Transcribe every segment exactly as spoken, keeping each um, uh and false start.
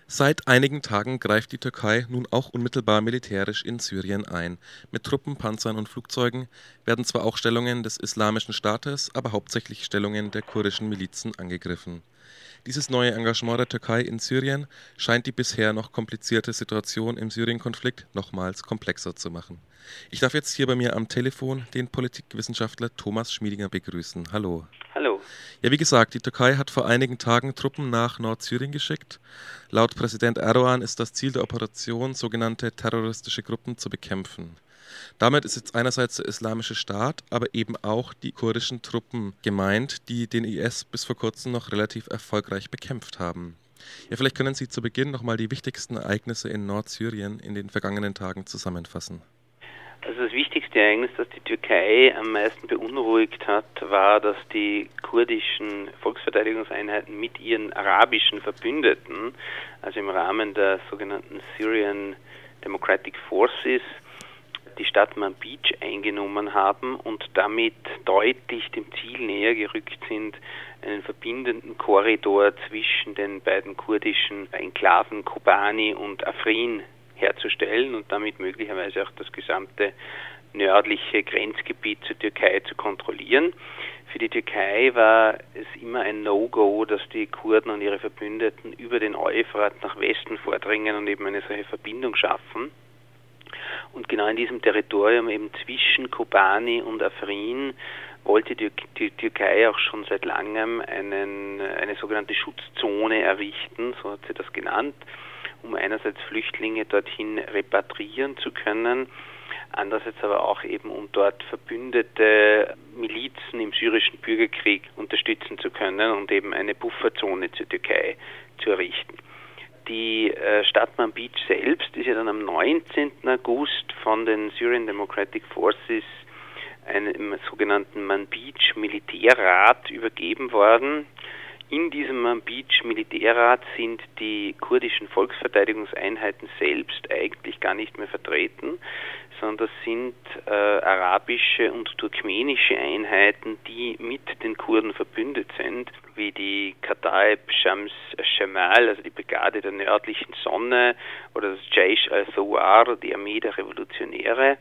Seit einigen Tagen greift die Türkei nun auch unmittelbar militärisch in Syrien ein. Mit Truppen, Panzern und Flugzeugen werden zwar auch Stellungen des Islamischen Staates, aber hauptsächlich Stellungen der kurdischen Milizen angegriffen. Dieses neue Engagement der Türkei in Syrien scheint die bisher noch komplizierte Situation im Syrien-Konflikt nochmals komplexer zu machen. Ich darf jetzt hier bei mir am Telefon den Politikwissenschaftler Thomas Schmiedinger begrüßen. Hallo. Hallo. Ja, wie gesagt, die Türkei hat vor einigen Tagen Truppen nach Nordsyrien geschickt. Laut Präsident Erdogan ist das Ziel der Operation, sogenannte terroristische Gruppen zu bekämpfen. Damit ist jetzt einerseits der Islamische Staat, aber eben auch die kurdischen Truppen gemeint, die den I S bis vor kurzem noch relativ erfolgreich bekämpft haben. Ja, vielleicht können Sie zu Beginn nochmal die wichtigsten Ereignisse in Nordsyrien in den vergangenen Tagen zusammenfassen. Also das wichtigste Ereignis, das die Türkei am meisten beunruhigt hat, war, dass die kurdischen Volksverteidigungseinheiten mit ihren arabischen Verbündeten, also im Rahmen der sogenannten Syrian Democratic Forces, die Stadt Manbij eingenommen haben und damit deutlich dem Ziel näher gerückt sind, einen verbindenden Korridor zwischen den beiden kurdischen Enklaven Kobani und Afrin herzustellen und damit möglicherweise auch das gesamte nördliche Grenzgebiet zur Türkei zu kontrollieren. Für die Türkei war es immer ein No-Go, dass die Kurden und ihre Verbündeten über den Euphrat nach Westen vordringen und eben eine solche Verbindung schaffen. Und genau in diesem Territorium, eben zwischen Kobani und Afrin, wollte die, die Türkei auch schon seit langem einen, eine sogenannte Schutzzone errichten, so hat sie das genannt, um einerseits Flüchtlinge dorthin repatriieren zu können, andererseits aber auch eben um dort verbündete Milizen im syrischen Bürgerkrieg unterstützen zu können und eben eine Bufferzone zur Türkei zu errichten. Die äh, Stadt Manbij selbst ist ja dann am neunzehnten August von den Syrian Democratic Forces einem sogenannten Manbij Militärrat übergeben worden. In diesem Manbij Militärrat sind die kurdischen Volksverteidigungseinheiten selbst eigentlich gar nicht mehr vertreten, sondern das sind äh, arabische und turkmenische Einheiten, die mit den Kurden verbündet sind, wie die Kataib Shams al-Shamal, also die Brigade der nördlichen Sonne, oder das Jaish al-Thawar, die Armee der Revolutionäre,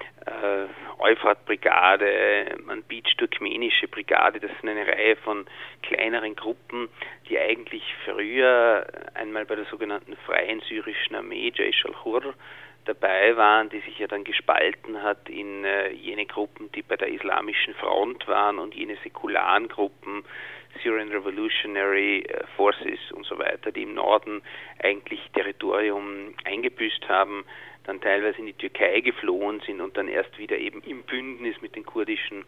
äh, Euphrat-Brigade, Manbij-Turkmenische Brigade, das sind eine Reihe von kleineren Gruppen, die eigentlich früher einmal bei der sogenannten Freien Syrischen Armee, Jaish al-Hur, dabei waren, die sich ja dann gespalten hat in äh, jene Gruppen, die bei der Islamischen Front waren und jene säkularen Gruppen, Syrian Revolutionary Forces und so weiter, die im Norden eigentlich Territorium eingebüßt haben, dann teilweise in die Türkei geflohen sind und dann erst wieder eben im Bündnis mit den kurdischen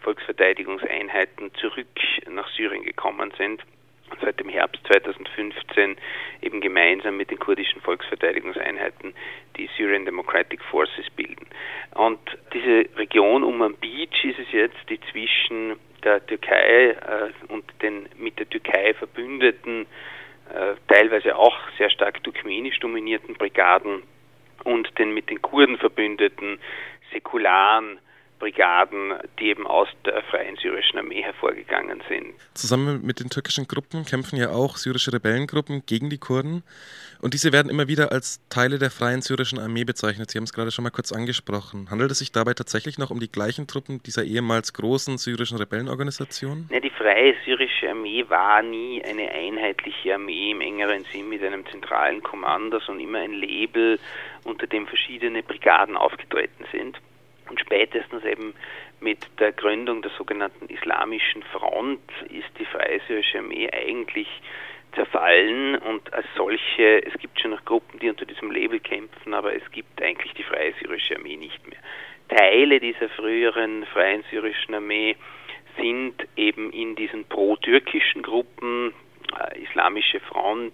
Volksverteidigungseinheiten zurück nach Syrien gekommen sind. Und seit dem Herbst zweitausendfünfzehn eben gemeinsam mit den kurdischen Volksverteidigungseinheiten die Syrian Democratic Forces bilden. Und diese Region um Manbij ist es jetzt, die zwischen der Türkei äh, und den mit der Türkei verbündeten, äh, teilweise auch sehr stark turkmenisch dominierten Brigaden und den mit den Kurden verbündeten säkularen Brigaden, die eben aus der Freien Syrischen Armee hervorgegangen sind. Zusammen mit den türkischen Gruppen kämpfen ja auch syrische Rebellengruppen gegen die Kurden und diese werden immer wieder als Teile der Freien Syrischen Armee bezeichnet. Sie haben es gerade schon mal kurz angesprochen. Handelt es sich dabei tatsächlich noch um die gleichen Truppen dieser ehemals großen syrischen Rebellenorganisation? Ja, die Freie Syrische Armee war nie eine einheitliche Armee im engeren Sinn mit einem zentralen Kommando, sondern immer ein Label, unter dem verschiedene Brigaden aufgetreten sind. Und spätestens eben mit der Gründung der sogenannten Islamischen Front ist die Freie Syrische Armee eigentlich zerfallen und als solche, es gibt schon noch Gruppen, die unter diesem Label kämpfen, aber es gibt eigentlich die Freie Syrische Armee nicht mehr. Teile dieser früheren Freien Syrischen Armee sind eben in diesen pro-türkischen Gruppen, äh, Islamische Front,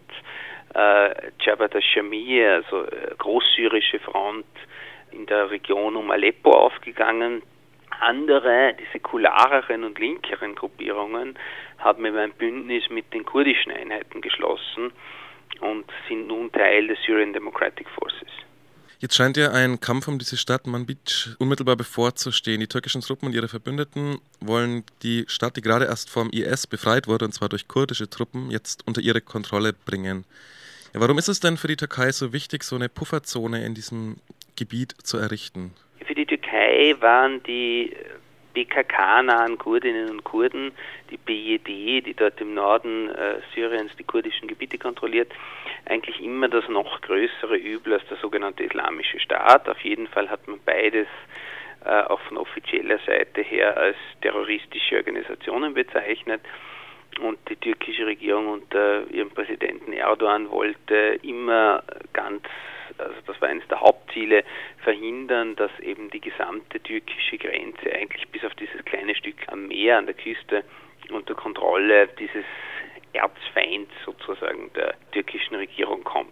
äh, Jabhat al-Shamir, also äh, Großsyrische Front, in der Region um Aleppo aufgegangen. Andere, die säkulareren und linkeren Gruppierungen, haben eben ein Bündnis mit den kurdischen Einheiten geschlossen und sind nun Teil der Syrian Democratic Forces. Jetzt scheint ja ein Kampf um diese Stadt Manbij unmittelbar bevorzustehen. Die türkischen Truppen und ihre Verbündeten wollen die Stadt, die gerade erst vom I S befreit wurde, und zwar durch kurdische Truppen, jetzt unter ihre Kontrolle bringen. Ja, warum ist es denn für die Türkei so wichtig, so eine Pufferzone in diesem Gebiet zu errichten? Für die Türkei waren die P K K-nahen Kurdinnen und Kurden, die P Y D, die dort im Norden äh, Syriens die kurdischen Gebiete kontrolliert, eigentlich immer das noch größere Übel als der sogenannte Islamische Staat. Auf jeden Fall hat man beides äh, auch von offizieller Seite her als terroristische Organisationen bezeichnet. Und die türkische Regierung unter ihrem Präsidenten Erdogan wollte immer ganz, also das war eines der Hauptziele, verhindern, dass eben die gesamte türkische Grenze eigentlich bis auf dieses kleine Stück am Meer, an der Küste, unter Kontrolle dieses Erzfeinds sozusagen der türkischen Regierung kommt.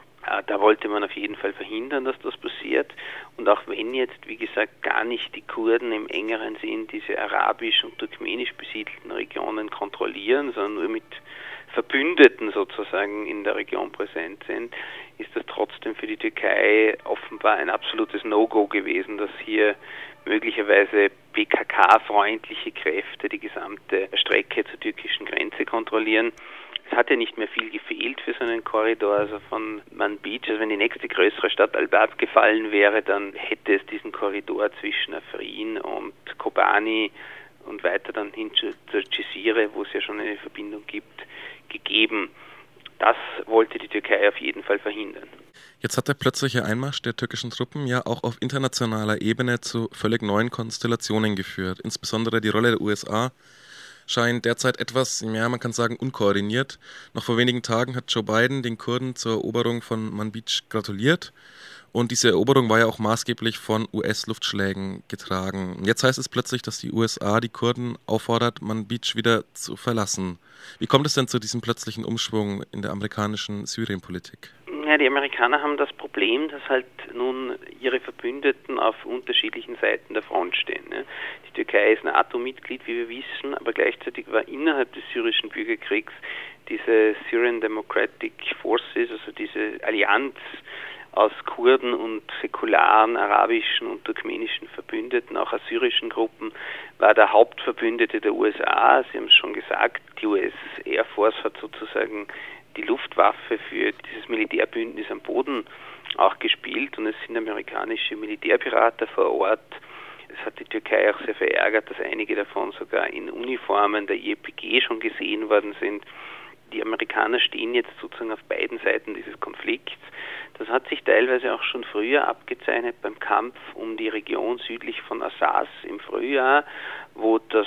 Da wollte man auf jeden Fall verhindern, dass das passiert. Und auch wenn jetzt, wie gesagt, gar nicht die Kurden im engeren Sinn diese arabisch und turkmenisch besiedelten Regionen kontrollieren, sondern nur mit Verbündeten sozusagen in der Region präsent sind, ist das trotzdem für die Türkei offenbar ein absolutes No-Go gewesen, dass hier möglicherweise P K K-freundliche Kräfte die gesamte Strecke zur türkischen Grenze kontrollieren. Es hat ja nicht mehr viel gefehlt für so einen Korridor, also von Manbij, also wenn die nächste größere Stadt Al-Bab gefallen wäre, dann hätte es diesen Korridor zwischen Afrin und Kobani und weiter dann hin zur Cizre, wo es ja schon eine Verbindung gibt, gegeben. Das wollte die Türkei auf jeden Fall verhindern. Jetzt hat der plötzliche Einmarsch der türkischen Truppen ja auch auf internationaler Ebene zu völlig neuen Konstellationen geführt. Insbesondere die Rolle der U S A scheint derzeit etwas, ja, man kann sagen, unkoordiniert. Noch vor wenigen Tagen hat Joe Biden den Kurden zur Eroberung von Manbij gratuliert. Und diese Eroberung war ja auch maßgeblich von U S-Luftschlägen getragen. Jetzt heißt es plötzlich, dass die U S A die Kurden auffordert, Manbij wieder zu verlassen. Wie kommt es denn zu diesem plötzlichen Umschwung in der amerikanischen Syrien-Politik? Ja, die Amerikaner haben das Problem, dass halt nun ihre Verbündeten auf unterschiedlichen Seiten der Front stehen. Ne? Die Türkei ist NATO-Mitglied, wie wir wissen, aber gleichzeitig war innerhalb des syrischen Bürgerkriegs diese Syrian Democratic Forces, also diese Allianz aus Kurden und säkularen arabischen und turkmenischen Verbündeten, auch assyrischen Gruppen, war der Hauptverbündete der U S A. Sie haben es schon gesagt, die U S Air Force hat sozusagen die Luftwaffe für dieses Militärbündnis am Boden auch gespielt und es sind amerikanische Militärberater vor Ort. Es hat die Türkei auch sehr verärgert, dass einige davon sogar in Uniformen der I E P G schon gesehen worden sind. Die Amerikaner stehen jetzt sozusagen auf beiden Seiten dieses Konflikts. Das hat sich teilweise auch schon früher abgezeichnet beim Kampf um die Region südlich von Assas im Frühjahr, wo das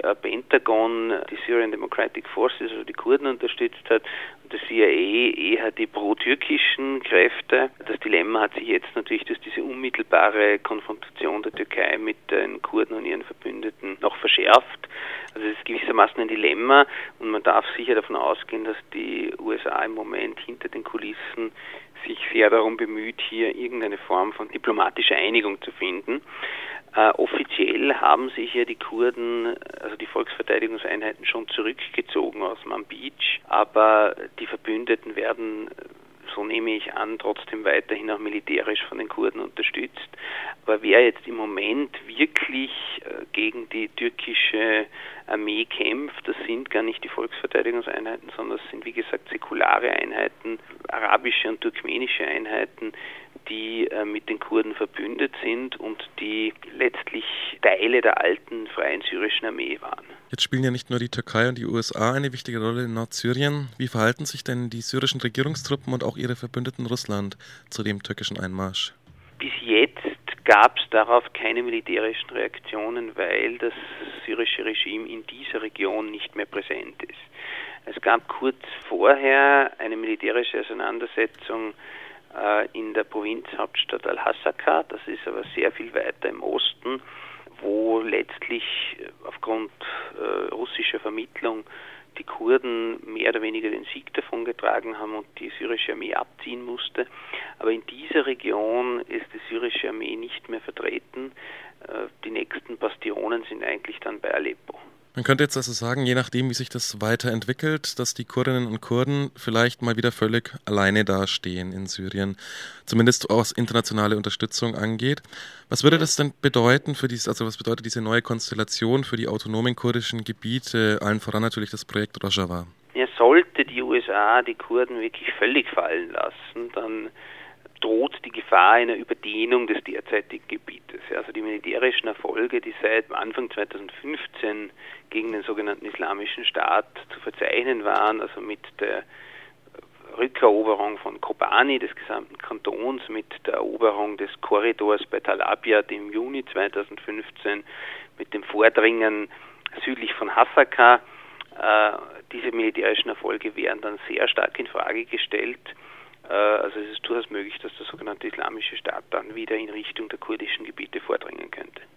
Pentagon die Syrian Democratic Forces, also die Kurden, unterstützt hat und das C I A eher die pro-türkischen Kräfte. Das Dilemma hat sich jetzt natürlich durch diese unmittelbare Konfrontation der Türkei mit den Kurden und ihren Verbündeten noch verschärft. Also es ist gewissermaßen ein Dilemma und man darf sicher davon ausgehen, dass die U S A im Moment hinter den Kulissen sich sehr darum bemüht, hier irgendeine Form von diplomatischer Einigung zu finden. Äh, offiziell haben sich ja die Kurden, also die Volksverteidigungseinheiten, schon zurückgezogen aus Manbij, aber die Verbündeten werden, so nehme ich an, trotzdem weiterhin auch militärisch von den Kurden unterstützt. Aber wer jetzt im Moment wirklich äh, gegen die türkische Armee kämpft, das sind gar nicht die Volksverteidigungseinheiten, sondern das sind, wie gesagt, säkulare Einheiten, arabische und turkmenische Einheiten, die äh, mit den Kurden verbündet sind und die letztlich Teile der alten freien syrischen Armee waren. Jetzt spielen ja nicht nur die Türkei und die U S A eine wichtige Rolle in Nordsyrien. Wie verhalten sich denn die syrischen Regierungstruppen und auch ihre Verbündeten Russland zu dem türkischen Einmarsch? Bis jetzt gab es darauf keine militärischen Reaktionen, weil das syrische Regime in dieser Region nicht mehr präsent ist. Es gab kurz vorher eine militärische Auseinandersetzung äh, in der Provinzhauptstadt Al-Hasaka, das ist aber sehr viel weiter im Osten, wo letztlich aufgrund äh, russischer Vermittlung die Kurden mehr oder weniger den Sieg davongetragen haben und die syrische Armee abziehen musste. Aber in dieser Region ist die syrische Armee nicht mehr vertreten. Äh, die nächsten Bastionen sind eigentlich dann bei Aleppo. Man könnte jetzt also sagen, je nachdem, wie sich das weiterentwickelt, dass die Kurdinnen und Kurden vielleicht mal wieder völlig alleine dastehen in Syrien, zumindest was internationale Unterstützung angeht. Was würde das denn bedeuten für dieses, also was bedeutet diese neue Konstellation für die autonomen kurdischen Gebiete, allen voran natürlich das Projekt Rojava? Ja, sollte die U S A die Kurden wirklich völlig fallen lassen, dann droht die Gefahr einer Überdehnung des derzeitigen Gebietes. Also die militärischen Erfolge, die seit Anfang zweitausendfünfzehn gegen den sogenannten Islamischen Staat zu verzeichnen waren, also mit der Rückeroberung von Kobani, des gesamten Kantons, mit der Eroberung des Korridors bei Tal Abyad im Juni zweitausendfünfzehn, mit dem Vordringen südlich von Hasaka. Äh, diese militärischen Erfolge wären dann sehr stark in Frage gestellt. Äh, also es ist durchaus möglich, dass der sogenannte Islamische Staat dann wieder in Richtung der kurdischen Gebiete vordringen könnte.